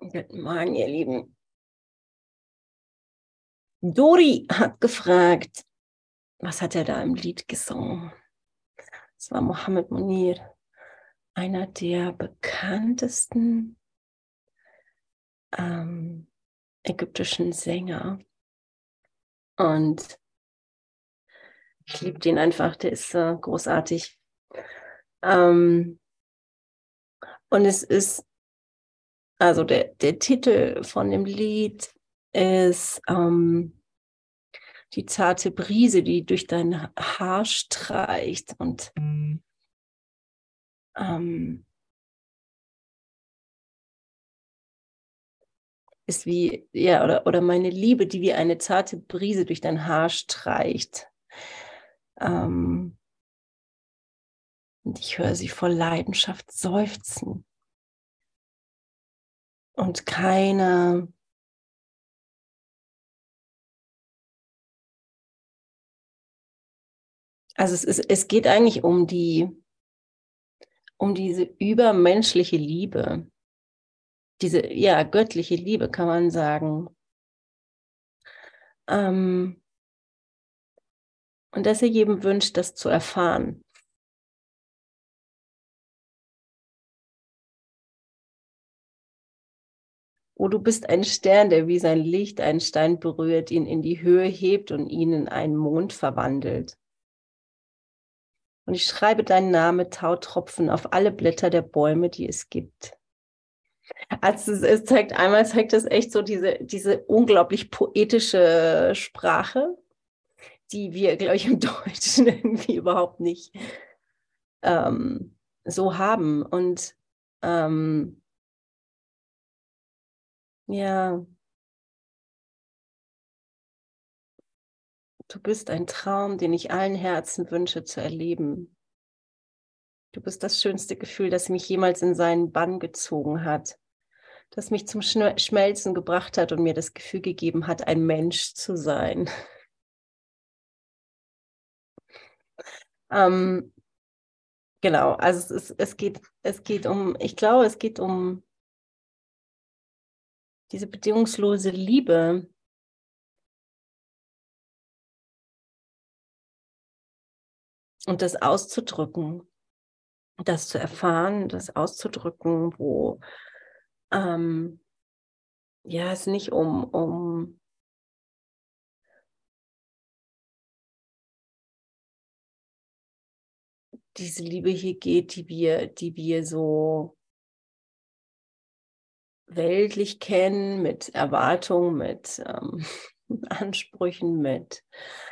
Guten Morgen, ihr Lieben. Dori hat gefragt, was hat er da im Lied gesungen? Das war Mohammed Munir, einer der bekanntesten ägyptischen Sänger. Und ich liebe den einfach, der ist großartig. Und es ist, also der Titel von dem Lied ist die zarte Brise, die durch dein Haar streicht und ist wie, ja, oder meine Liebe, die wie eine zarte Brise durch dein Haar streicht. Und ich höre sie voll Leidenschaft seufzen. Und also es geht eigentlich um diese übermenschliche Liebe, diese, ja, göttliche Liebe, kann man sagen. Und dass er jedem wünscht, das zu erfahren. Oh, du bist ein Stern, der wie sein Licht einen Stein berührt, ihn in die Höhe hebt und ihn in einen Mond verwandelt. Und ich schreibe deinen Namen Tautropfen auf alle Blätter der Bäume, die es gibt. Also es zeigt das echt so diese unglaublich poetische Sprache, die wir, glaube ich, im Deutschen irgendwie überhaupt nicht so haben. Und ja, du bist ein Traum, den ich allen Herzen wünsche zu erleben. Du bist das schönste Gefühl, das mich jemals in seinen Bann gezogen hat, das mich zum Schmelzen gebracht hat und mir das Gefühl gegeben hat, ein Mensch zu sein. Genau, also es geht um, ich glaube, es geht um diese bedingungslose Liebe. Und das auszudrücken, das zu erfahren, das auszudrücken, wo ja, es nicht um diese Liebe hier geht, die wir so weltlich kennen, mit Erwartungen, mit Ansprüchen, mit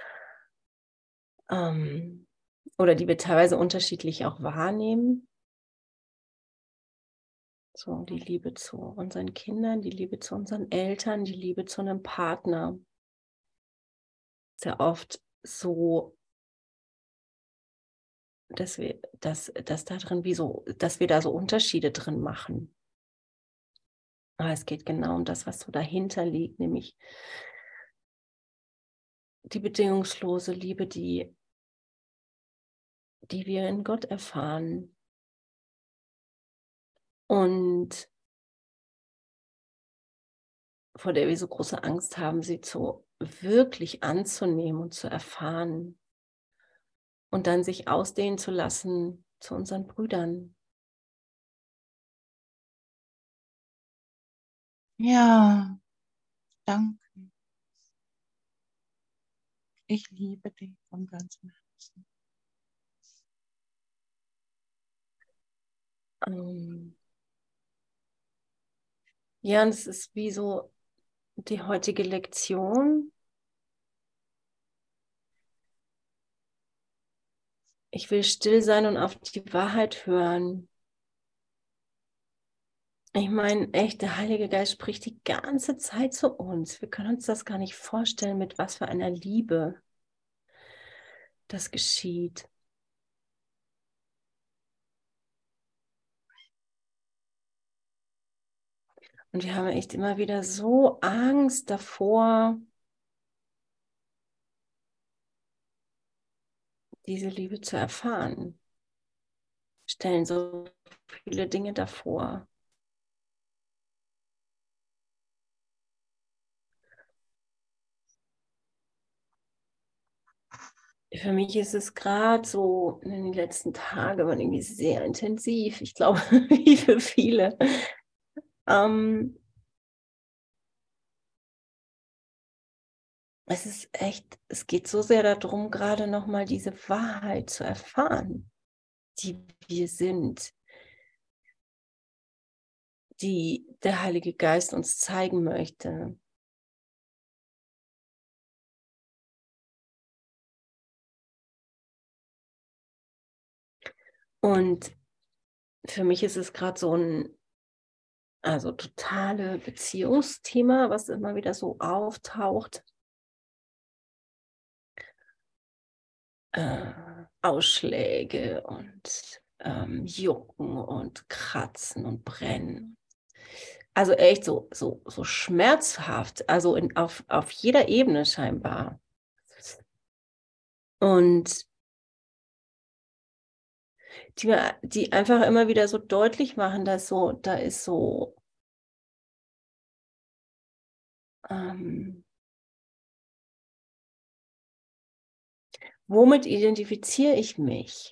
oder die wir teilweise unterschiedlich auch wahrnehmen. So die Liebe zu unseren Kindern, die Liebe zu unseren Eltern, die Liebe zu einem Partner. Sehr oft so, dass da drin wie so, dass wir da so Unterschiede drin machen. Aber es geht genau um das, was so dahinter liegt, nämlich die bedingungslose Liebe, die wir in Gott erfahren. Und vor der wir so große Angst haben, sie wirklich anzunehmen und zu erfahren. Und dann sich ausdehnen zu lassen zu unseren Brüdern. Ja, danke. Ich liebe dich von ganzem Herzen. Ja, und es ist wie so die heutige Lektion. Ich will still sein und auf die Wahrheit hören. Ich meine, echt, der Heilige Geist spricht die ganze Zeit zu uns. Wir können uns das gar nicht vorstellen, mit was für einer Liebe das geschieht. Und wir haben echt immer wieder so Angst davor, diese Liebe zu erfahren. Stellen so viele Dinge davor. Für mich ist es gerade so, in den letzten Tagen waren irgendwie sehr intensiv. Ich glaube, wie für viele. Es ist echt, es geht so sehr darum, gerade nochmal diese Wahrheit zu erfahren, die wir sind, die der Heilige Geist uns zeigen möchte. Und für mich ist es gerade so ein, also totale Beziehungsthema, was immer wieder so auftaucht. Ausschläge und Jucken und Kratzen und Brennen. Also echt so schmerzhaft, also auf jeder Ebene scheinbar. Und die einfach immer wieder so deutlich machen, dass so, da ist so, womit identifiziere ich mich?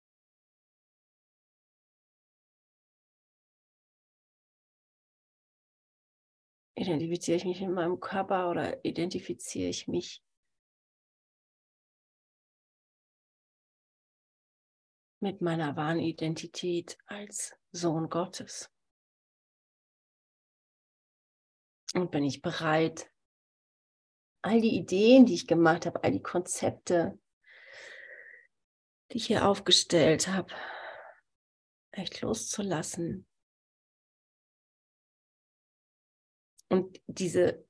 Identifiziere ich mich in meinem Körper oder identifiziere ich mich mit meiner wahren Identität als Sohn Gottes? Und bin ich bereit, all die Ideen, die ich gemacht habe, all die Konzepte, die ich hier aufgestellt habe, echt loszulassen und diese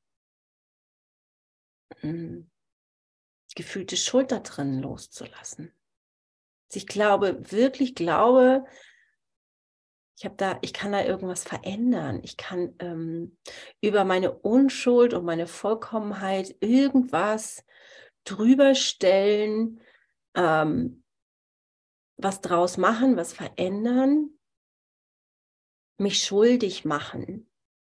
gefühlte Schuld da drin loszulassen. Ich glaube, wirklich glaube, ich kann da irgendwas verändern. Ich kann über meine Unschuld und meine Vollkommenheit irgendwas drüber stellen, was draus machen, was verändern, mich schuldig machen.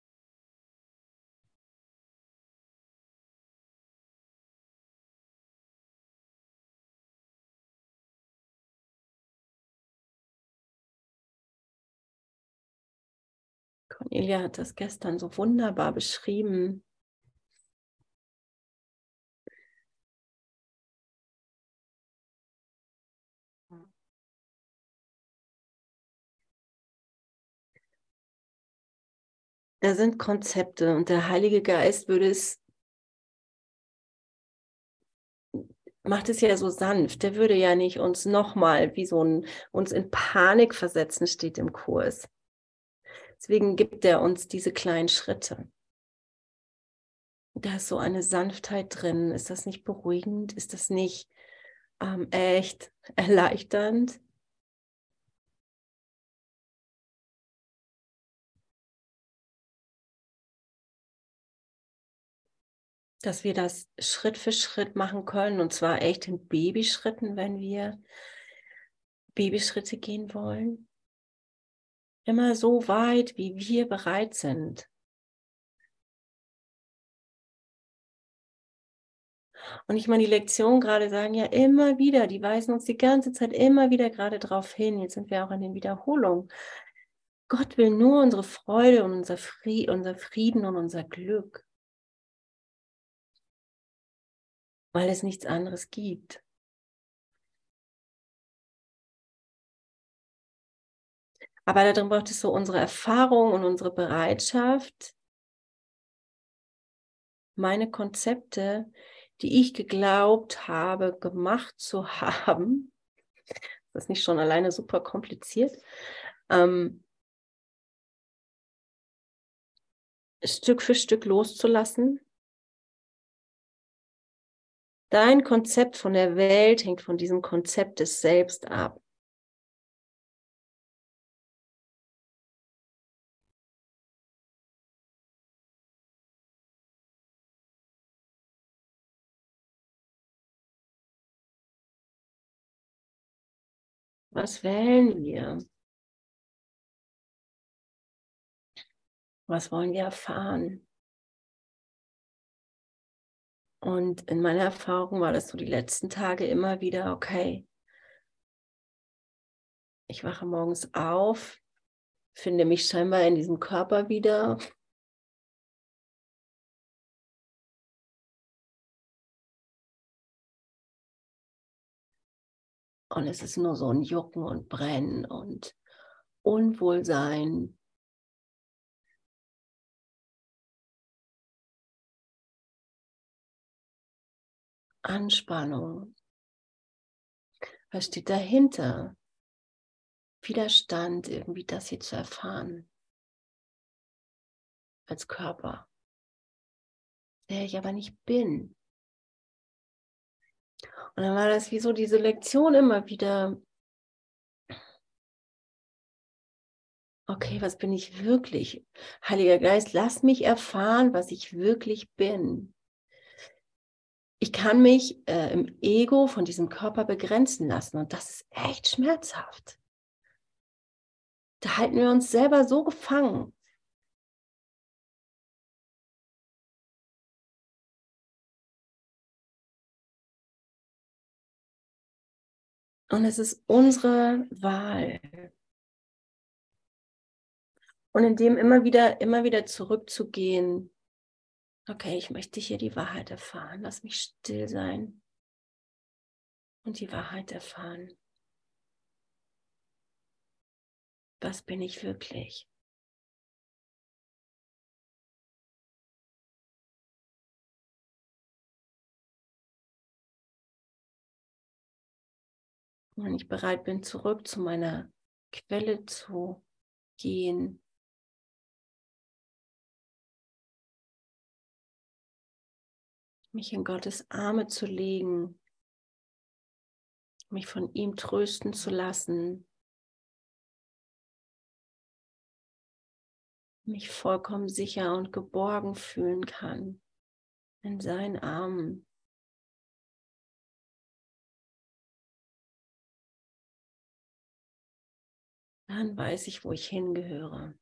Cornelia hat das gestern so wunderbar beschrieben. Da sind Konzepte und der Heilige Geist macht es ja so sanft. Der würde ja nicht uns nochmal wie uns in Panik versetzen, steht im Kurs. Deswegen gibt er uns diese kleinen Schritte. Da ist so eine Sanftheit drin. Ist das nicht beruhigend? Ist das nicht echt erleichternd? Dass wir das Schritt für Schritt machen können und zwar echt in Babyschritten, wenn wir Babyschritte gehen wollen. Immer so weit, wie wir bereit sind. Und ich meine, die Lektionen gerade sagen ja immer wieder, die weisen uns die ganze Zeit immer wieder gerade darauf hin. Jetzt sind wir auch in den Wiederholungen. Gott will nur unsere Freude und unser Frieden und unser Glück, weil es nichts anderes gibt. Aber darin braucht es so unsere Erfahrung und unsere Bereitschaft, meine Konzepte, die ich geglaubt habe, gemacht zu haben, das ist nicht schon alleine super kompliziert, Stück für Stück loszulassen. Dein Konzept von der Welt hängt von diesem Konzept des Selbst ab. Was wählen wir? Was wollen wir erfahren? Und in meiner Erfahrung war das so die letzten Tage immer wieder, okay, ich wache morgens auf, finde mich scheinbar in diesem Körper wieder. Und es ist nur so ein Jucken und Brennen und Unwohlsein. Anspannung. Was steht dahinter? Widerstand, irgendwie das hier zu erfahren. Als Körper, der ich aber nicht bin. Und dann war das wie so diese Lektion immer wieder, okay, was bin ich wirklich? Heiliger Geist, lass mich erfahren, was ich wirklich bin. Ich kann mich im Ego von diesem Körper begrenzen lassen und das ist echt schmerzhaft. Da halten wir uns selber so gefangen. Und es ist unsere Wahl. Und in dem immer wieder zurückzugehen. Okay, ich möchte hier die Wahrheit erfahren. Lass mich still sein und die Wahrheit erfahren. Was bin ich wirklich? Und wenn ich bereit bin, zurück zu meiner Quelle zu gehen, mich in Gottes Arme zu legen, mich von ihm trösten zu lassen, mich vollkommen sicher und geborgen fühlen kann in seinen Armen. Dann weiß ich, wo ich hingehöre.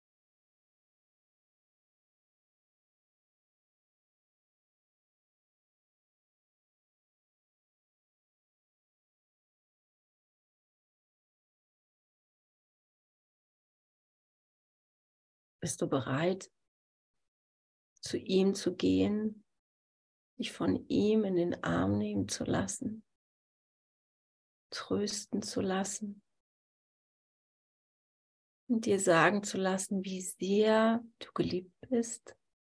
Bist du bereit, zu ihm zu gehen, dich von ihm in den Arm nehmen zu lassen, trösten zu lassen und dir sagen zu lassen, wie sehr du geliebt bist?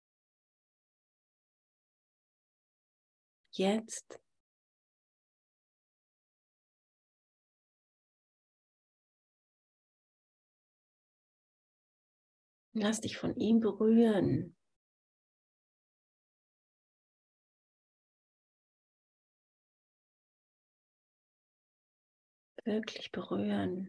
Jetzt. Lass dich von ihm berühren. Wirklich berühren.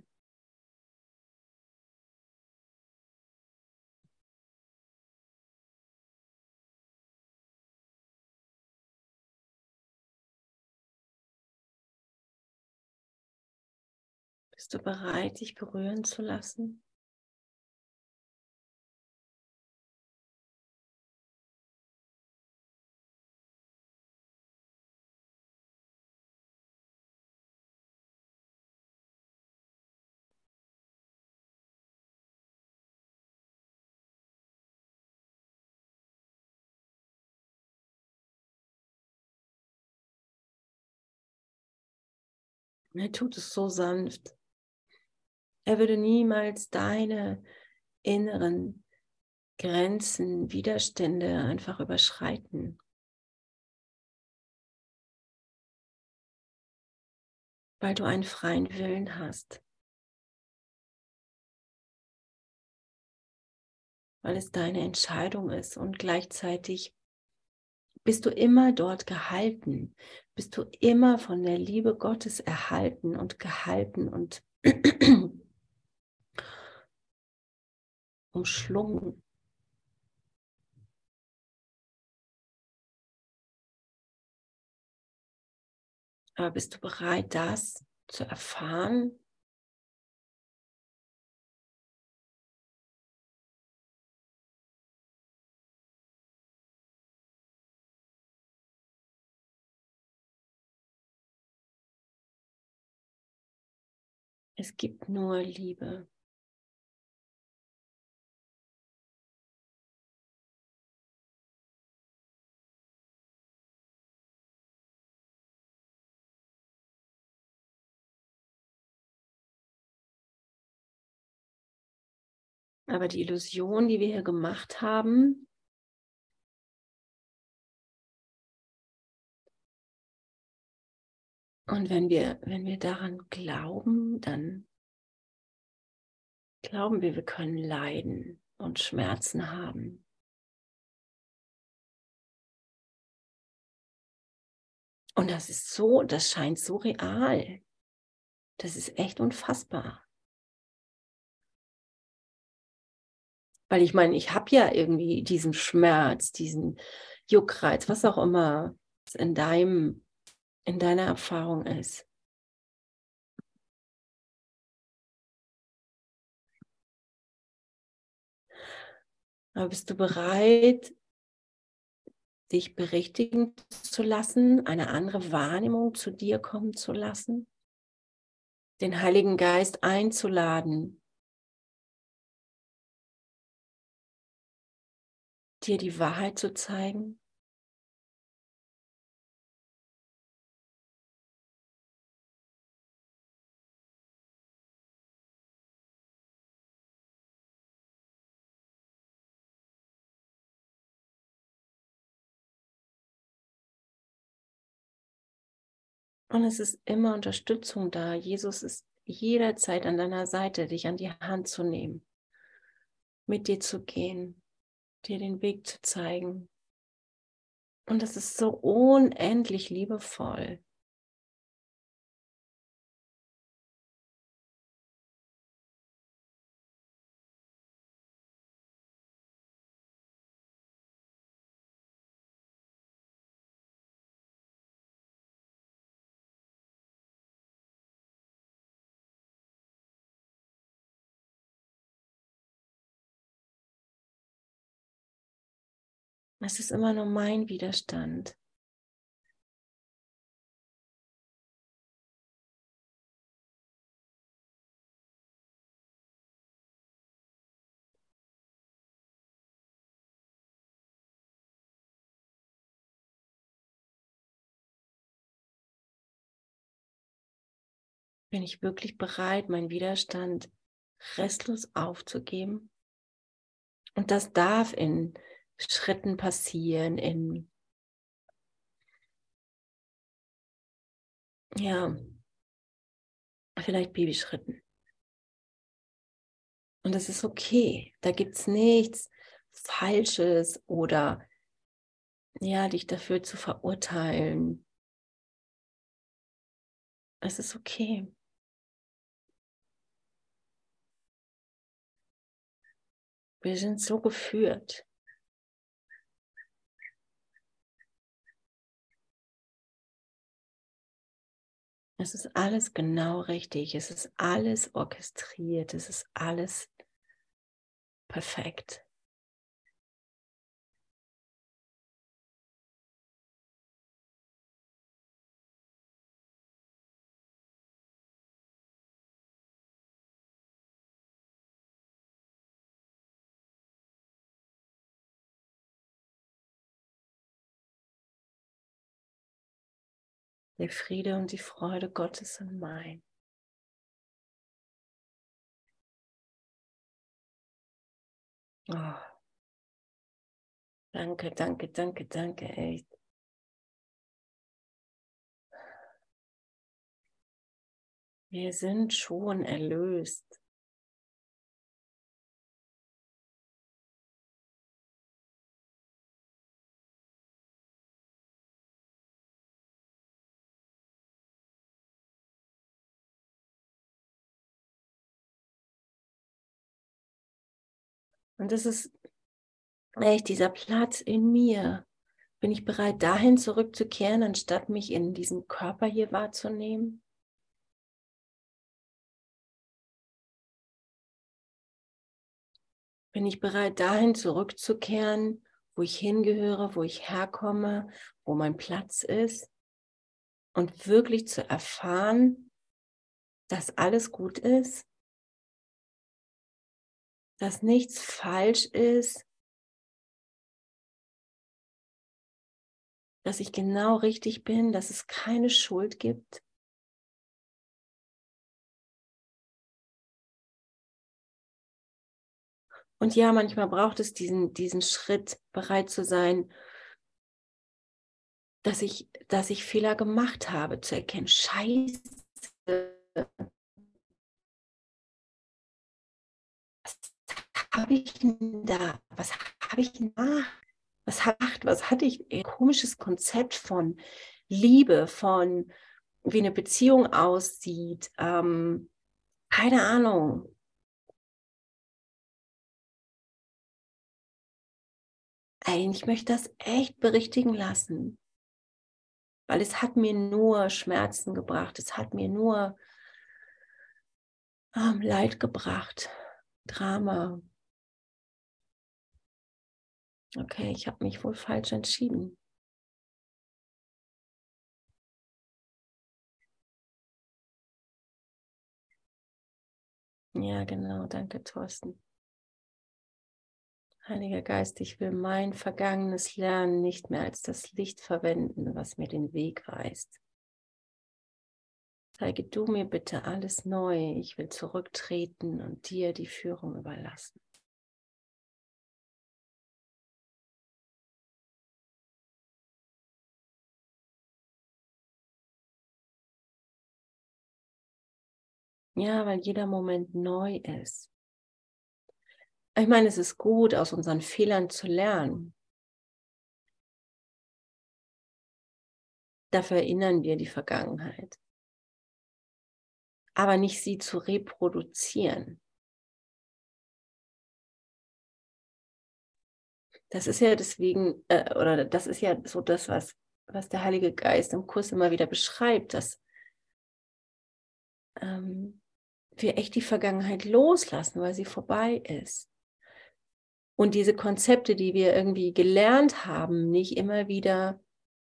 Bist du bereit, dich berühren zu lassen? Und er tut es so sanft. Er würde niemals deine inneren Grenzen, Widerstände einfach überschreiten, weil du einen freien Willen hast, weil es deine Entscheidung ist und gleichzeitig bist du immer dort gehalten, bist du immer von der Liebe Gottes erhalten und gehalten und umschlungen. Aber bist du bereit, das zu erfahren? Es gibt nur Liebe. Aber die Illusion, die wir hier gemacht haben, und wenn wir daran glauben, dann glauben wir können leiden und Schmerzen haben. Und das ist so, das scheint so real. Das ist echt unfassbar. Weil ich meine, ich habe ja irgendwie diesen Schmerz, diesen Juckreiz, was auch immer es in deiner Erfahrung ist. Aber bist du bereit, dich berichtigen zu lassen, eine andere Wahrnehmung zu dir kommen zu lassen, den Heiligen Geist einzuladen, dir die Wahrheit zu zeigen? Und es ist immer Unterstützung da. Jesus ist jederzeit an deiner Seite, dich an die Hand zu nehmen, mit dir zu gehen, dir den Weg zu zeigen. Und das ist so unendlich liebevoll. Es ist immer nur mein Widerstand. Bin ich wirklich bereit, meinen Widerstand restlos aufzugeben? Und das darf in Schritten passieren, ja, vielleicht Babyschritten. Und das ist okay. Da gibt es nichts Falsches oder ja, dich dafür zu verurteilen. Es ist okay. Wir sind so geführt. Es ist alles genau richtig. Es ist alles orchestriert. Es ist alles perfekt. Der Friede und die Freude Gottes sind mein. Oh, danke, danke, danke, danke, echt. Wir sind schon erlöst. Und das ist echt dieser Platz in mir. Bin ich bereit, dahin zurückzukehren, anstatt mich in diesem Körper hier wahrzunehmen? Bin ich bereit, dahin zurückzukehren, wo ich hingehöre, wo ich herkomme, wo mein Platz ist? Und wirklich zu erfahren, dass alles gut ist, dass nichts falsch ist, dass ich genau richtig bin, dass es keine Schuld gibt. Und ja, manchmal braucht es diesen Schritt, bereit zu sein, dass ich Fehler gemacht habe, zu erkennen, Scheiße, was habe ich denn da? Was habe ich denn da? Was hatte ich? Ein komisches Konzept von Liebe, von wie eine Beziehung aussieht. Keine Ahnung. Ey, ich möchte das echt berichtigen lassen, weil es hat mir nur Schmerzen gebracht. Es hat mir nur Leid gebracht, Drama. Okay, ich habe mich wohl falsch entschieden. Ja, genau, danke, Thorsten. Heiliger Geist, ich will mein vergangenes Lernen nicht mehr als das Licht verwenden, was mir den Weg weist. Zeige du mir bitte alles neu. Ich will zurücktreten und dir die Führung überlassen. Ja, weil jeder Moment neu ist. Ich meine, es ist gut, aus unseren Fehlern zu lernen. Dafür erinnern wir die Vergangenheit. Aber nicht sie zu reproduzieren. Das ist ja deswegen, oder das ist ja so das, was der Heilige Geist im Kurs immer wieder beschreibt, dass wir echt die Vergangenheit loslassen, weil sie vorbei ist. Und diese Konzepte, die wir irgendwie gelernt haben, nicht immer wieder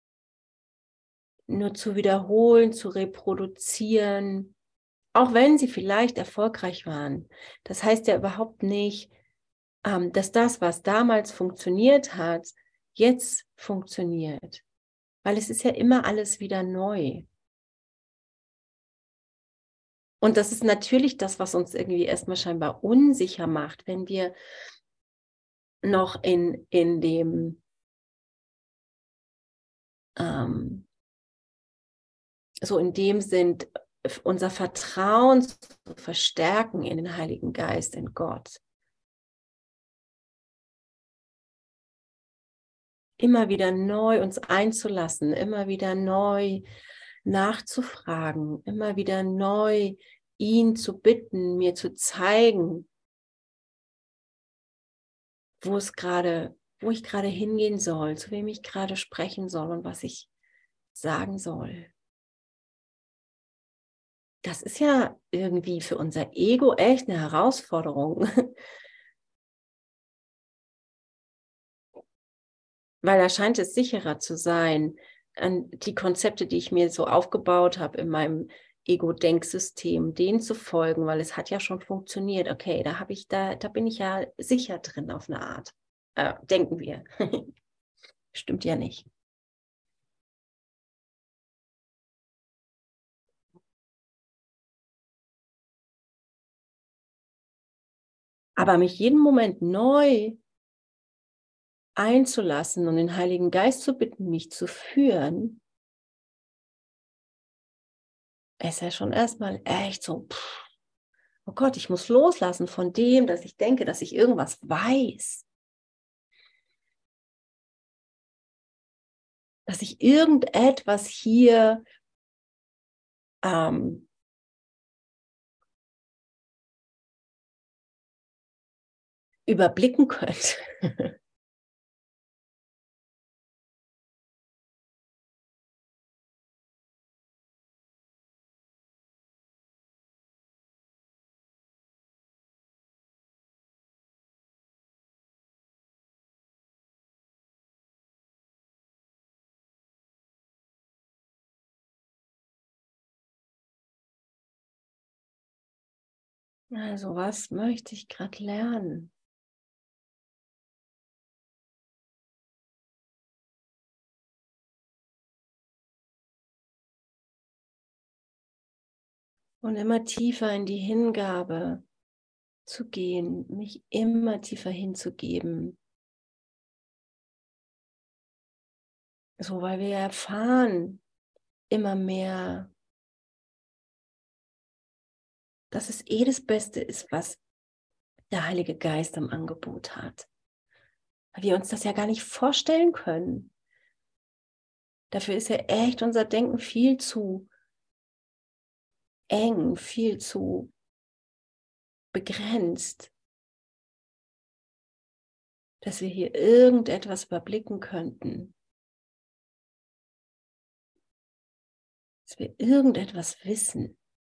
nur zu wiederholen, zu reproduzieren, auch wenn sie vielleicht erfolgreich waren. Das heißt ja überhaupt nicht, dass das, was damals funktioniert hat, jetzt funktioniert. Weil es ist ja immer alles wieder neu. Und das ist natürlich das, was uns irgendwie erstmal scheinbar unsicher macht, wenn wir noch in dem so in dem sind, unser Vertrauen zu verstärken in den Heiligen Geist, in Gott. Immer wieder neu uns einzulassen, immer wieder neu nachzufragen, immer wieder neu ihn zu bitten, mir zu zeigen, wo ich gerade hingehen soll, zu wem ich gerade sprechen soll und was ich sagen soll. Das ist ja irgendwie für unser Ego echt eine Herausforderung, weil da scheint es sicherer zu sein, an die Konzepte, die ich mir so aufgebaut habe in meinem Ego-Denksystem, denen zu folgen, weil es hat ja schon funktioniert. Okay, da bin ich ja sicher drin auf eine Art. Denken wir. Stimmt ja nicht. Aber mich jeden Moment neu einzulassen und den Heiligen Geist zu bitten, mich zu führen, ist ja schon erstmal echt so, oh Gott, ich muss loslassen von dem, dass ich denke, dass ich irgendwas weiß. Dass ich irgendetwas hier überblicken könnte. Also, was möchte ich gerade lernen? Und immer tiefer in die Hingabe zu gehen, mich immer tiefer hinzugeben. So, weil wir erfahren immer mehr, dass es das Beste ist, was der Heilige Geist im Angebot hat. Weil wir uns das ja gar nicht vorstellen können. Dafür ist ja echt unser Denken viel zu eng, viel zu begrenzt, dass wir hier irgendetwas überblicken könnten, dass wir irgendetwas wissen.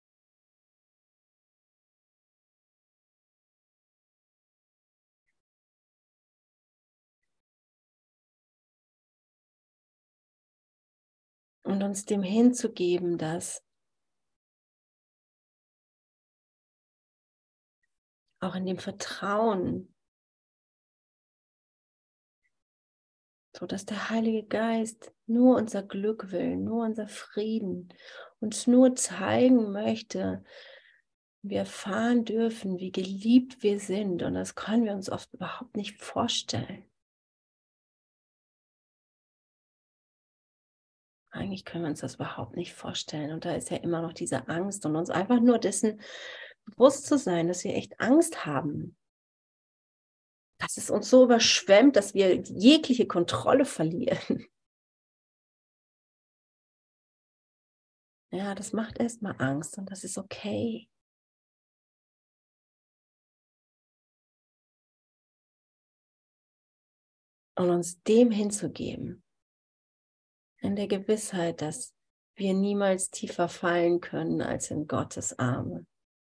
Und uns dem hinzugeben, dass auch in dem Vertrauen, so dass der Heilige Geist nur unser Glück will, nur unser Frieden, uns nur zeigen möchte, wir erfahren dürfen, wie geliebt wir sind. Und das können wir uns oft überhaupt nicht vorstellen. Eigentlich können wir uns das überhaupt nicht vorstellen. Und da ist ja immer noch diese Angst und uns einfach nur dessen bewusst zu sein, dass wir echt Angst haben. Dass es uns so überschwemmt, dass wir jegliche Kontrolle verlieren. Ja, das macht erstmal Angst und das ist okay. Und uns dem hinzugeben, in der Gewissheit, dass wir niemals tiefer fallen können als in Gottes Arme.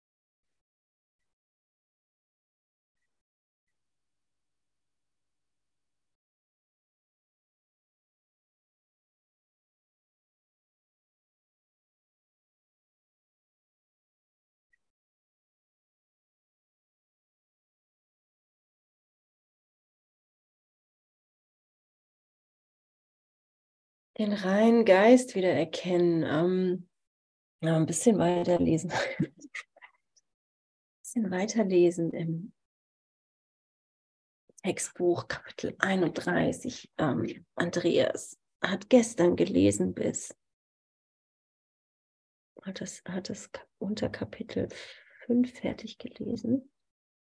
Den reinen Geist wieder erkennen, ja, ein bisschen weiterlesen. Ein bisschen weiterlesen im Textbuch, Kapitel 31. Andreas hat gestern gelesen hat das unter Kapitel 5 fertig gelesen.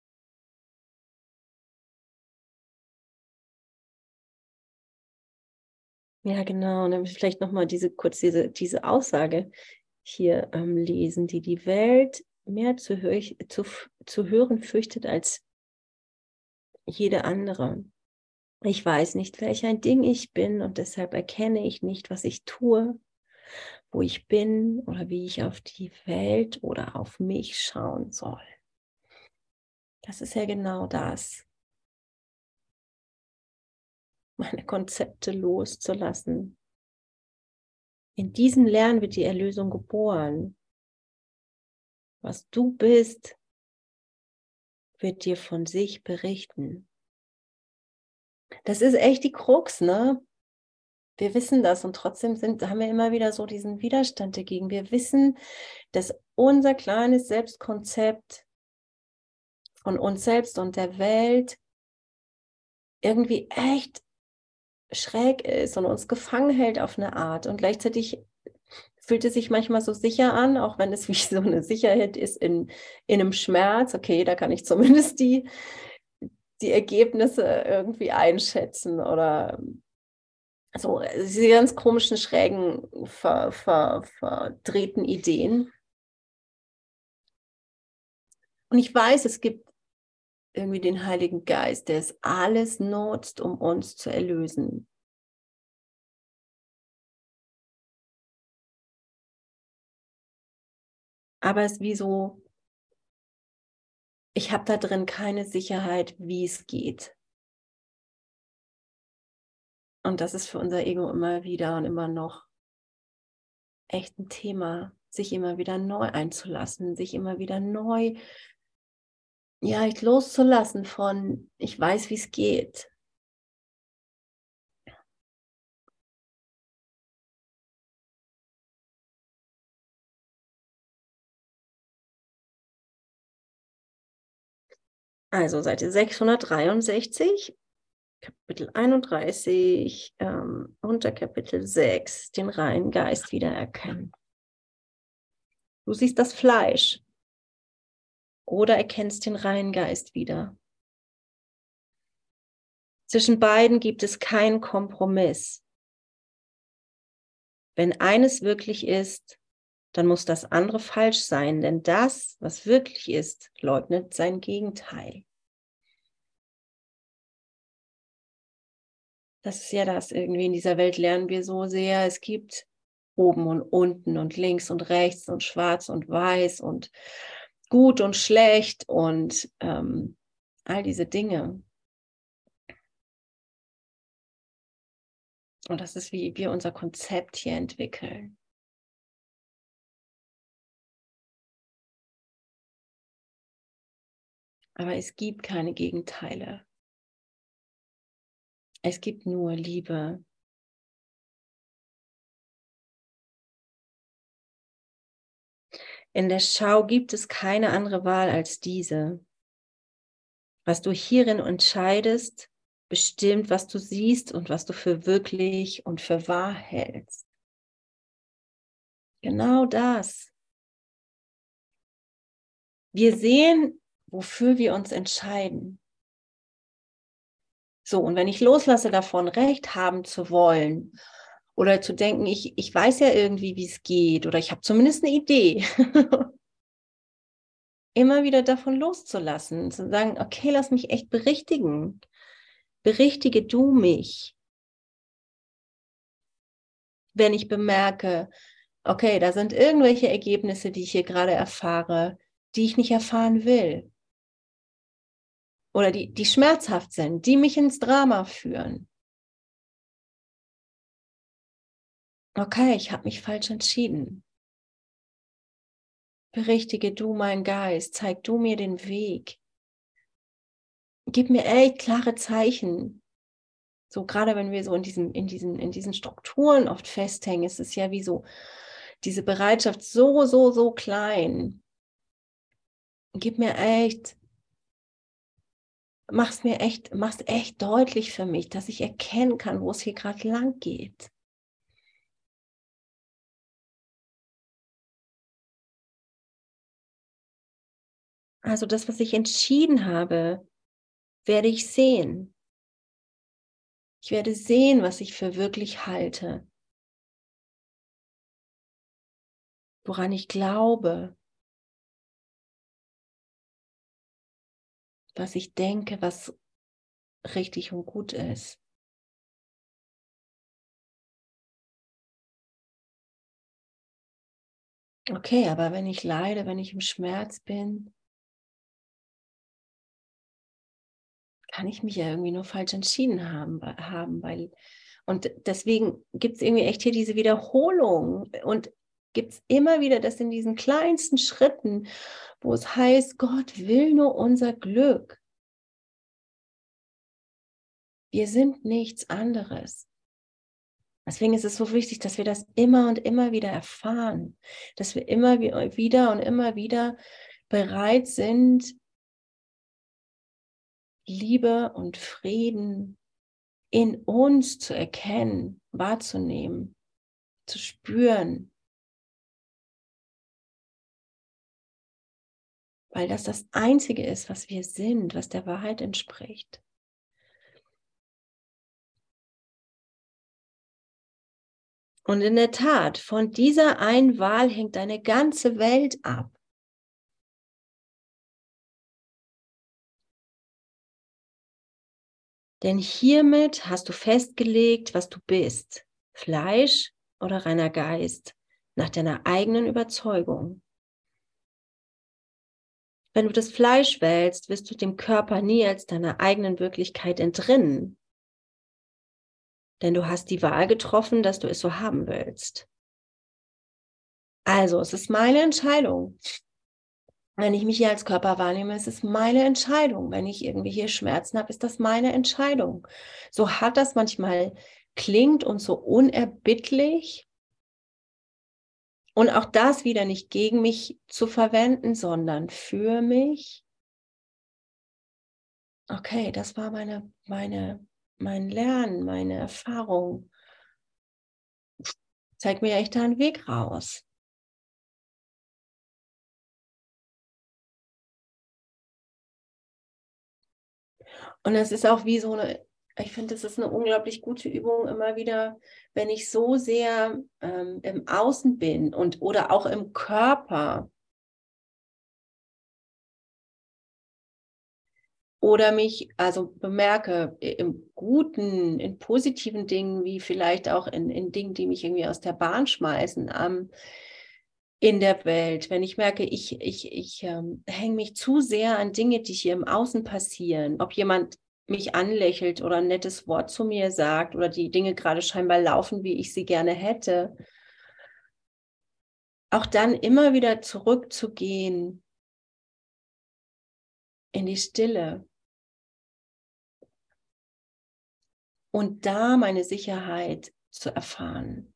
Ja, genau. Und dann vielleicht nochmal diese Aussage hier lesen, die Welt mehr zu hören fürchtet als jede andere. Ich weiß nicht, welch ein Ding ich bin und deshalb erkenne ich nicht, was ich tue, wo ich bin oder wie ich auf die Welt oder auf mich schauen soll. Das ist ja genau das, meine Konzepte loszulassen. In diesem Lernen wird die Erlösung geboren. Was du bist, wird dir von sich berichten. Das ist echt die Krux, ne? Wir wissen das und trotzdem haben wir immer wieder so diesen Widerstand dagegen. Wir wissen, dass unser kleines Selbstkonzept von uns selbst und der Welt irgendwie echt schräg ist und uns gefangen hält auf eine Art. Und gleichzeitig fühlt es sich manchmal so sicher an, auch wenn es wie so eine Sicherheit ist in einem Schmerz. Okay, da kann ich zumindest die Ergebnisse irgendwie einschätzen oder so diese ganz komischen, schrägen, verdrehten Ideen. Und ich weiß, es gibt irgendwie den Heiligen Geist, der es alles nutzt, um uns zu erlösen. Aber es ist wie so, ich habe da drin keine Sicherheit, wie es geht. Und das ist für unser Ego immer wieder und immer noch echt ein Thema, sich immer wieder neu einzulassen, sich immer wieder neu ja, ich loszulassen von, ich weiß, wie es geht. Also Seite 663, Kapitel 31, unter Kapitel 6, den reinen Geist wiedererkennen. Du siehst das Fleisch oder erkennst den reinen Geist wieder. Zwischen beiden gibt es keinen Kompromiss. Wenn eines wirklich ist, dann muss das andere falsch sein, denn das, was wirklich ist, leugnet sein Gegenteil. Das ist ja das, irgendwie in dieser Welt lernen wir so sehr, es gibt oben und unten und links und rechts und schwarz und weiß und gut und schlecht und all diese Dinge. Und das ist, wie wir unser Konzept hier entwickeln. Aber es gibt keine Gegenteile. Es gibt nur Liebe. In der Schau gibt es keine andere Wahl als diese. Was du hierin entscheidest, bestimmt, was du siehst und was du für wirklich und für wahr hältst. Genau das. Wir sehen, wofür wir uns entscheiden. So, und wenn ich loslasse davon, Recht haben zu wollen oder zu denken, ich weiß ja irgendwie, wie es geht oder ich habe zumindest eine Idee, immer wieder davon loszulassen, zu sagen, okay, lass mich echt berichtigen. Berichtige du mich, wenn ich bemerke, okay, da sind irgendwelche Ergebnisse, die ich hier gerade erfahre, die ich nicht erfahren will. Oder die schmerzhaft sind, die mich ins Drama führen. Okay, ich habe mich falsch entschieden. Berichtige du meinen Geist, zeig du mir den Weg. Gib mir echt klare Zeichen. So gerade wenn wir so in diesen Strukturen oft festhängen, ist es ja wie so diese Bereitschaft so klein. Gib mir echt, mach's echt deutlich für mich, dass ich erkennen kann, wo es hier gerade lang geht. Also das, was ich entschieden habe, werde ich sehen. Ich werde sehen, was ich für wirklich halte. Woran ich glaube. Was ich denke, was richtig und gut ist. Okay, aber wenn ich leide, wenn ich im Schmerz bin, kann ich mich ja irgendwie nur falsch entschieden haben weil und deswegen gibt es irgendwie echt hier diese Wiederholung und gibt es immer wieder das in diesen kleinsten Schritten, wo es heißt, Gott will nur unser Glück. Wir sind nichts anderes. Deswegen ist es so wichtig, dass wir das immer und immer wieder erfahren, dass wir immer wieder und immer wieder bereit sind, Liebe und Frieden in uns zu erkennen, wahrzunehmen, zu spüren, weil das Einzige ist, was wir sind, was der Wahrheit entspricht. Und in der Tat, von dieser einen Wahl hängt deine ganze Welt ab. Denn hiermit hast du festgelegt, was du bist, Fleisch oder reiner Geist, nach deiner eigenen Überzeugung. Wenn du das Fleisch wählst, wirst du dem Körper nie als deiner eigenen Wirklichkeit entrinnen. Denn du hast die Wahl getroffen, dass du es so haben willst. Also, es ist meine Entscheidung. Wenn ich mich hier als Körper wahrnehme, ist es meine Entscheidung. Wenn ich irgendwie hier Schmerzen habe, ist das meine Entscheidung. So hart das manchmal klingt und so unerbittlich. Und auch das wieder nicht gegen mich zu verwenden, sondern für mich. Okay, das war mein Lernen, meine Erfahrung. Zeig mir echt da einen Weg raus. Und es ist auch wie so eine, ich finde, es ist eine unglaublich gute Übung, immer wieder, wenn ich so sehr im Außen bin oder auch im Körper oder mich also bemerke im Guten, in positiven Dingen, wie vielleicht auch in Dingen, die mich irgendwie aus der Bahn schmeißen, in der Welt, wenn ich merke, ich hänge mich zu sehr an Dinge, die hier im Außen passieren, ob jemand mich anlächelt oder ein nettes Wort zu mir sagt oder die Dinge gerade scheinbar laufen, wie ich sie gerne hätte, auch dann immer wieder zurückzugehen in die Stille und da meine Sicherheit zu erfahren.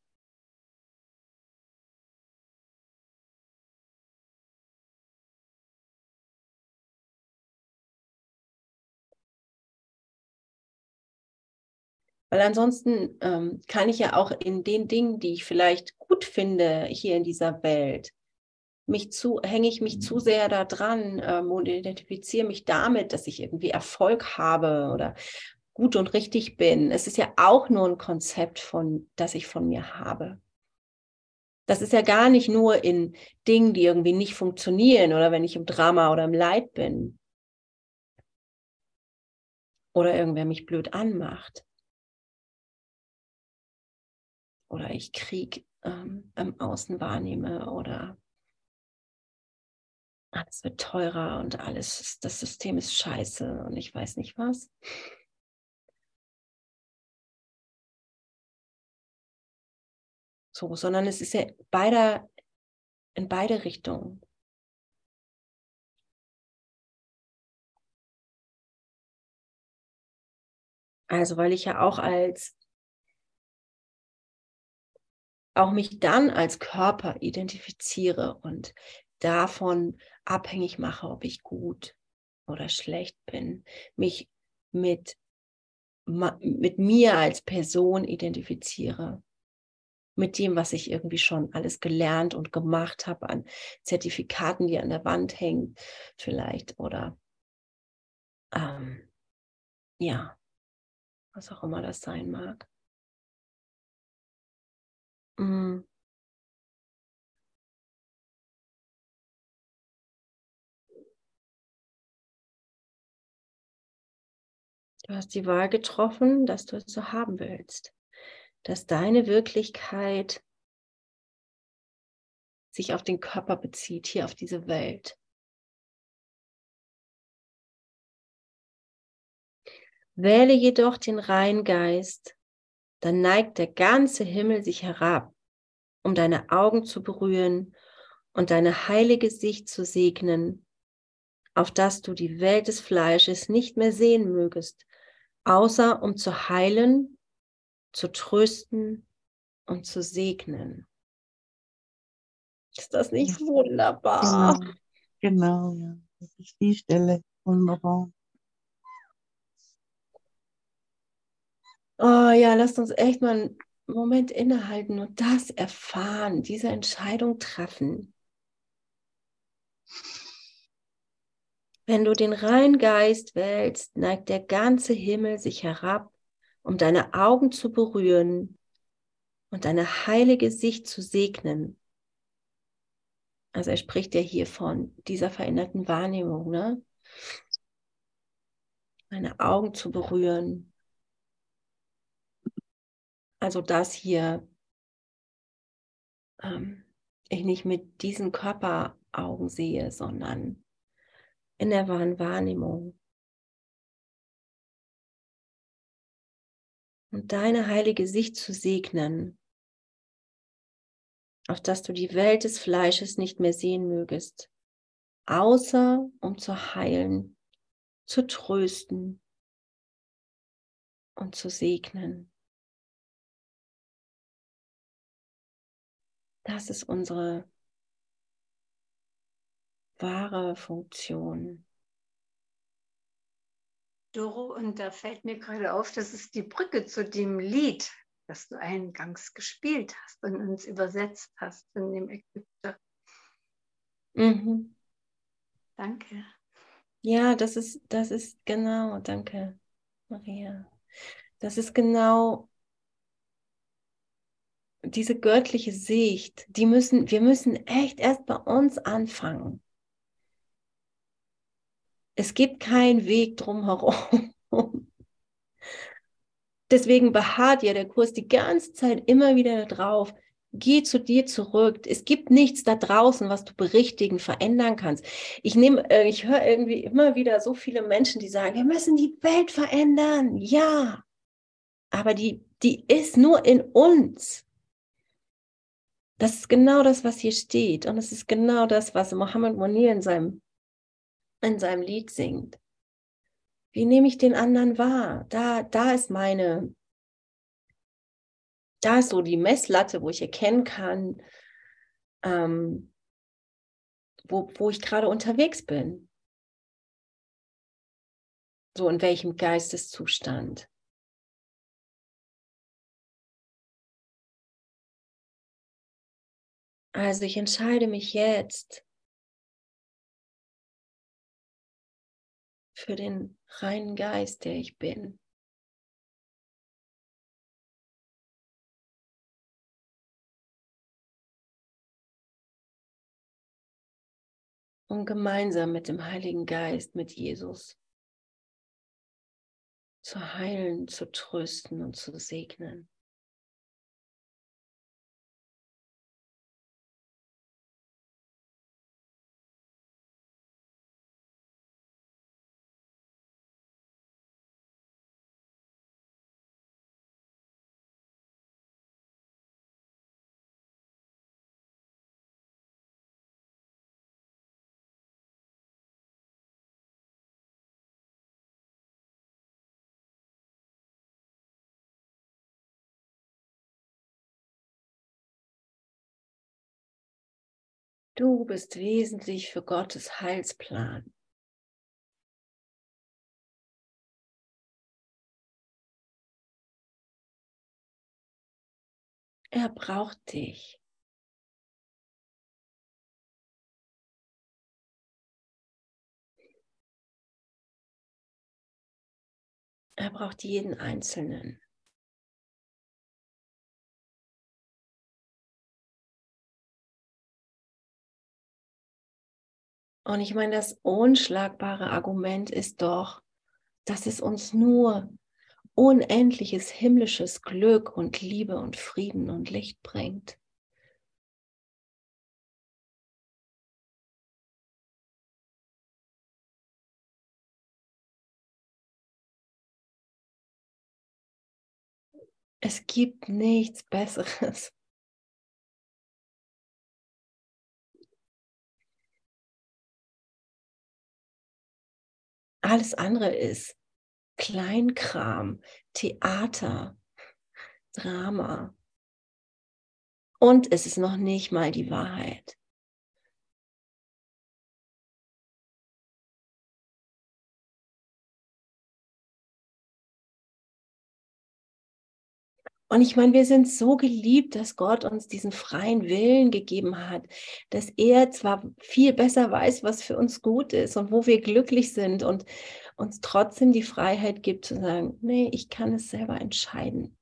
Weil ansonsten kann ich ja auch in den Dingen, die ich vielleicht gut finde hier in dieser Welt, hänge ich mich zu sehr da dran und identifiziere mich damit, dass ich irgendwie Erfolg habe oder gut und richtig bin. Es ist ja auch nur ein Konzept das ich von mir habe. Das ist ja gar nicht nur in Dingen, die irgendwie nicht funktionieren oder wenn ich im Drama oder im Leid bin oder irgendwer mich blöd anmacht oder ich Krieg im Außen wahrnehme oder alles wird teurer und das System ist scheiße und ich weiß nicht was. So, sondern es ist ja in beide Richtungen. Also, weil ich ja auch mich dann als Körper identifiziere und davon abhängig mache, ob ich gut oder schlecht bin, mich mit mir als Person identifiziere, mit dem, was ich irgendwie schon alles gelernt und gemacht habe an Zertifikaten, die an der Wand hängen vielleicht oder ja, was auch immer das sein mag. Mm. Du hast die Wahl getroffen, dass du es so haben willst, dass deine Wirklichkeit sich auf den Körper bezieht, hier auf diese Welt. Wähle jedoch den reinen Geist, dann neigt der ganze Himmel sich herab, um deine Augen zu berühren und deine heilige Sicht zu segnen, auf dass du die Welt des Fleisches nicht mehr sehen mögest, außer um zu heilen, zu trösten und zu segnen. Ist das nicht Ja, wunderbar? genau, genau, ja. Das ist die Stelle. Wunderbar. Oh ja, lasst uns echt mal einen Moment innehalten und das erfahren, diese Entscheidung treffen. Wenn du den reinen Geist wählst, neigt der ganze Himmel sich herab, um deine Augen zu berühren und deine heilige Sicht zu segnen. Also er spricht ja hier von dieser veränderten Wahrnehmung, ne? Deine Augen zu berühren. Also dass hier ich nicht mit diesen Körperaugen sehe, sondern in der wahren Wahrnehmung. Und deine heilige Sicht zu segnen, auf dass du die Welt des Fleisches nicht mehr sehen mögest, außer um zu heilen, zu trösten und zu segnen. Das ist unsere wahre Funktion. Doro, und da fällt mir gerade auf, das ist die Brücke zu dem Lied, das du eingangs gespielt hast und uns übersetzt hast von dem Ägypter. Mhm. Danke. Ja, das ist genau, danke, Maria. Das ist genau diese göttliche Sicht. Wir müssen echt erst bei uns anfangen. Es gibt keinen Weg drumherum. Deswegen beharrt ja der Kurs die ganze Zeit immer wieder drauf. Geh zu dir zurück. Es gibt nichts da draußen, was du berichtigen, verändern kannst. Ich höre irgendwie immer wieder so viele Menschen, die sagen, wir müssen die Welt verändern. Ja, aber die ist nur in uns. Das ist genau das, was hier steht. Und es ist genau das, was Mohammed Munir in seinem Lied singt. Wie nehme ich den anderen wahr? Da ist so die Messlatte, wo ich erkennen kann, wo ich gerade unterwegs bin. So in welchem Geisteszustand. Also ich entscheide mich jetzt für den reinen Geist, der ich bin. Um gemeinsam mit dem Heiligen Geist, mit Jesus, zu heilen, zu trösten und zu segnen. Du bist wesentlich für Gottes Heilsplan. Er braucht dich. Er braucht jeden Einzelnen. Und ich meine, das unschlagbare Argument ist doch, dass es uns nur unendliches himmlisches Glück und Liebe und Frieden und Licht bringt. Es gibt nichts Besseres. Alles andere ist Kleinkram, Theater, Drama. Und es ist noch nicht mal die Wahrheit. Und ich meine, wir sind so geliebt, dass Gott uns diesen freien Willen gegeben hat, dass er zwar viel besser weiß, was für uns gut ist und wo wir glücklich sind und uns trotzdem die Freiheit gibt zu sagen, nee, ich kann es selber entscheiden.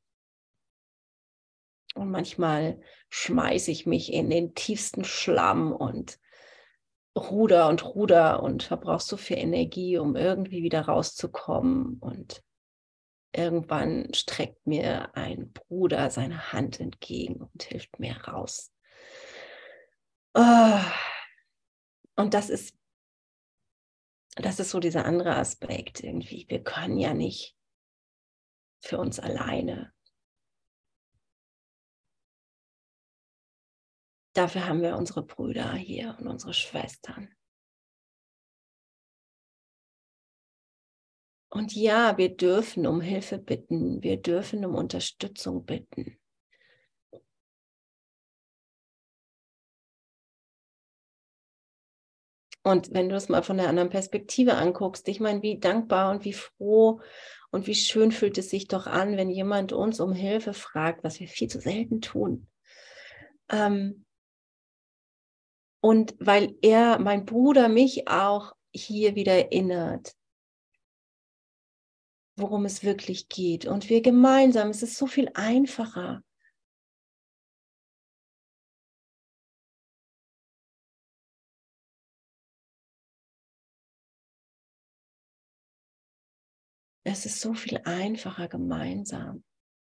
Und manchmal schmeiße ich mich in den tiefsten Schlamm und ruder und verbrauche so viel Energie, um irgendwie wieder rauszukommen. Und irgendwann streckt mir ein Bruder seine Hand entgegen und hilft mir raus. Und das ist so dieser andere Aspekt irgendwie. Wir können ja nicht für uns alleine. Dafür haben wir unsere Brüder hier und unsere Schwestern. Und ja, wir dürfen um Hilfe bitten, wir dürfen um Unterstützung bitten. Und wenn du es mal von der anderen Perspektive anguckst, ich meine, wie dankbar und wie froh und wie schön fühlt es sich doch an, wenn jemand uns um Hilfe fragt, was wir viel zu selten tun. Und weil mein Bruder, mich auch hier wieder erinnert, worum es wirklich geht. Und wir gemeinsam, es ist so viel einfacher. Es ist so viel einfacher gemeinsam.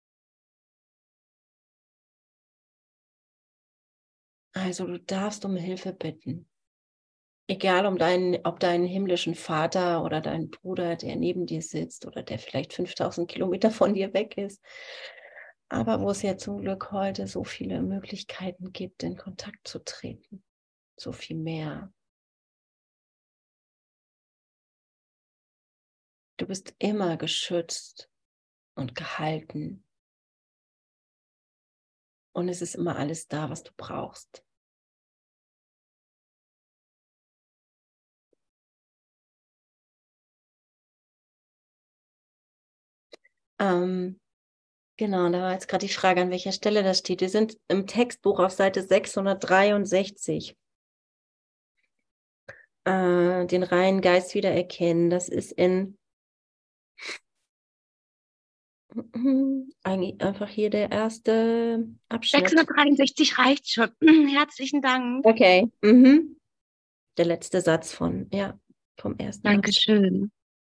Also du darfst um Hilfe bitten. Egal ob deinen himmlischen Vater oder deinen Bruder, der neben dir sitzt oder der vielleicht 5000 Kilometer von dir weg ist. Aber wo es ja zum Glück heute so viele Möglichkeiten gibt, in Kontakt zu treten. So viel mehr. Du bist immer geschützt und gehalten. Und es ist immer alles da, was du brauchst. Genau, da war jetzt gerade die Frage, an welcher Stelle das steht. Wir sind im Textbuch auf Seite 663. Den reinen Geist wieder erkennen. Das ist eigentlich einfach hier der erste Abschnitt. 663 reicht schon. Herzlichen Dank. Okay. Der letzte Satz vom ersten. Dankeschön.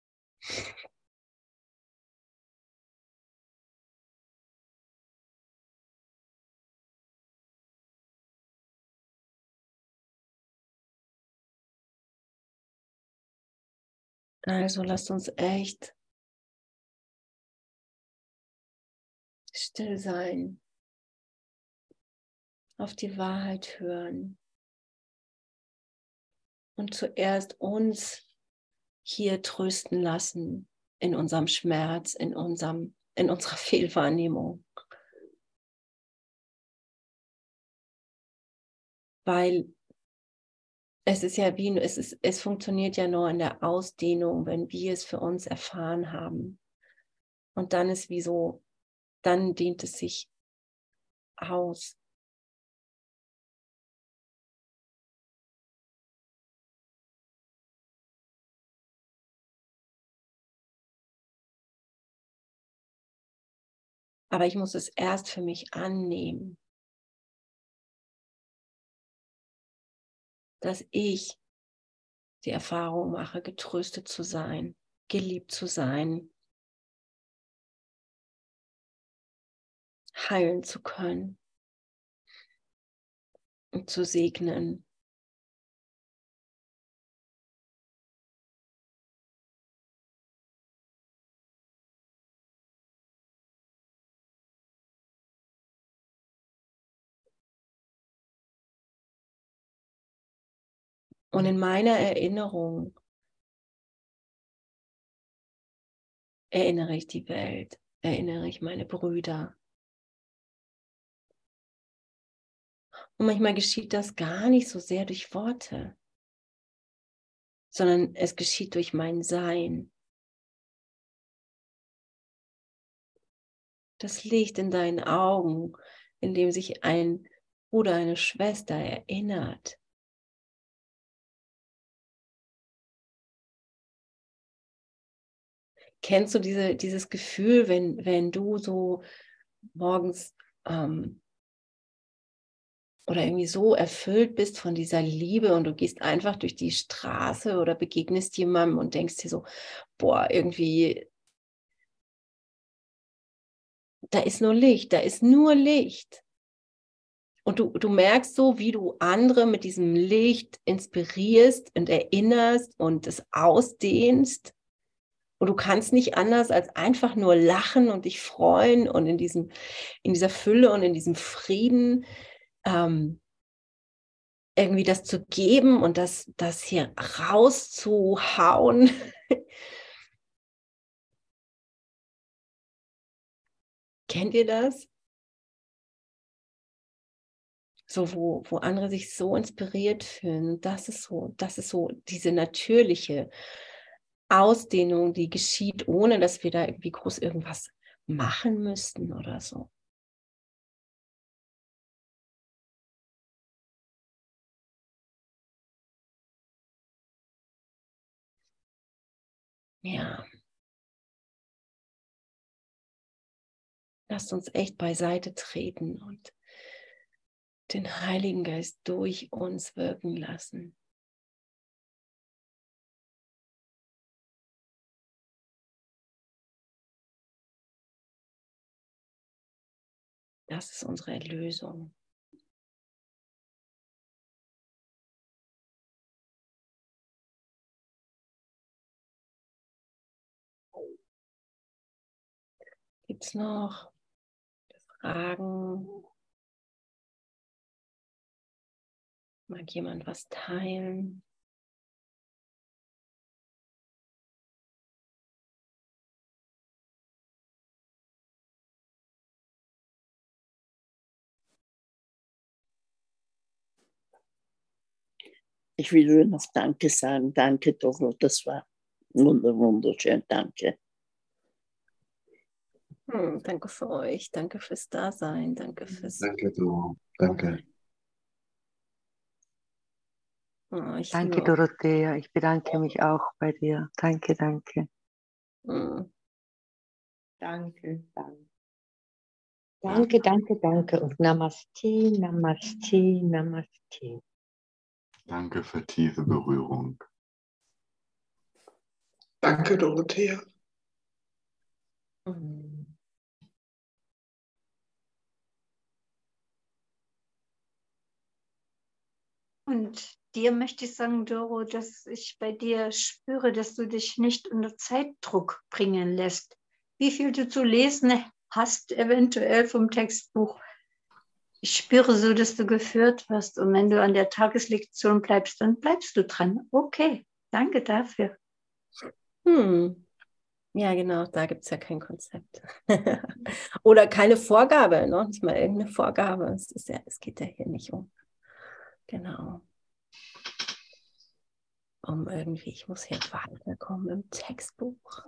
Also lasst uns echt still sein, auf die Wahrheit hören und zuerst uns hier trösten lassen in unserem Schmerz, in unserer Fehlwahrnehmung. Weil es ist ja es funktioniert ja nur in der Ausdehnung, wenn wir es für uns erfahren haben. Und dann ist dann dehnt es sich aus. Aber ich muss es erst für mich annehmen, dass ich die Erfahrung mache, getröstet zu sein, geliebt zu sein, heilen zu können und zu segnen. Und in meiner Erinnerung erinnere ich die Welt, erinnere ich meine Brüder. Und manchmal geschieht das gar nicht so sehr durch Worte, sondern es geschieht durch mein Sein. Das Licht in deinen Augen, in dem sich ein Bruder, eine Schwester erinnert. Kennst du dieses Gefühl, wenn du so morgens oder irgendwie so erfüllt bist von dieser Liebe und du gehst einfach durch die Straße oder begegnest jemandem und denkst dir so, boah, irgendwie, da ist nur Licht, da ist nur Licht. Und du merkst so, wie du andere mit diesem Licht inspirierst und erinnerst und es ausdehnst. Und du kannst nicht anders als einfach nur lachen und dich freuen und in dieser Fülle und in diesem Frieden irgendwie das zu geben und das hier rauszuhauen. Kennt ihr das? So, wo andere sich so inspiriert fühlen. Das ist so diese natürliche Ausdehnung, die geschieht, ohne dass wir da irgendwie groß irgendwas machen müssten oder so. Ja. Lasst uns echt beiseite treten und den Heiligen Geist durch uns wirken lassen. Das ist unsere Erlösung. Gibt es noch Fragen? Mag jemand was teilen? Ich will nur noch Danke sagen. Danke, Doro. Das war wunderschön. Danke. Danke für euch. Danke fürs Dasein. Danke fürs... Danke, Doro. Danke. Danke, Dorothea. Ich bedanke mich auch bei dir. Danke, danke. Danke, danke. Danke, danke, danke und Namaste, Namaste, Namaste. Danke für tiefe Berührung. Danke, Dorothea. Und dir möchte ich sagen, Doro, dass ich bei dir spüre, dass du dich nicht unter Zeitdruck bringen lässt. Wie viel du zu lesen hast, eventuell vom Textbuch. Ich spüre so, dass du geführt wirst. Und wenn du an der Tageslektion bleibst, dann bleibst du dran. Okay, danke dafür. Ja, genau, da gibt es ja kein Konzept. Oder keine Vorgabe, noch nicht mal irgendeine Vorgabe. Es geht ja hier nicht um. Genau. Irgendwie, ich muss hier weiterkommen im Textbuch.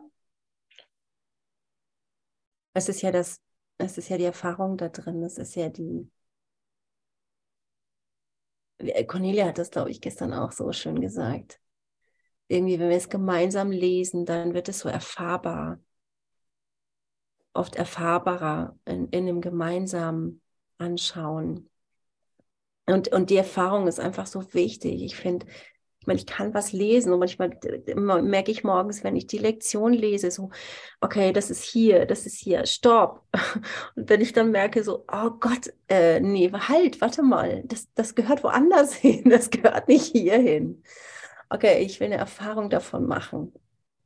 Es ist ja die Erfahrung da drin, es ist ja Cornelia hat das, glaube ich, gestern auch so schön gesagt. Irgendwie, wenn wir es gemeinsam lesen, dann wird es so erfahrbar. Oft erfahrbarer in einem gemeinsamen Anschauen. Und die Erfahrung ist einfach so wichtig. Ich meine, ich kann was lesen und manchmal merke ich morgens, wenn ich die Lektion lese, so, okay, das ist hier, stopp. Und wenn ich dann merke, so, oh Gott, nee, halt, warte mal, das gehört woanders hin, das gehört nicht hier hin. Okay, ich will eine Erfahrung davon machen.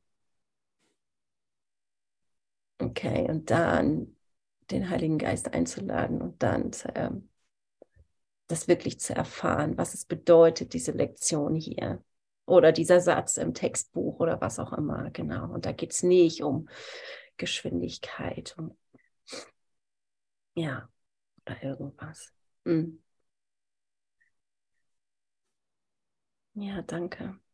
Okay, und dann den Heiligen Geist einzuladen und dann das wirklich zu erfahren, was es bedeutet, diese Lektion hier. Oder dieser Satz im Textbuch oder was auch immer, genau. Und da geht es nicht um Geschwindigkeit, ja, oder irgendwas. Ja, danke.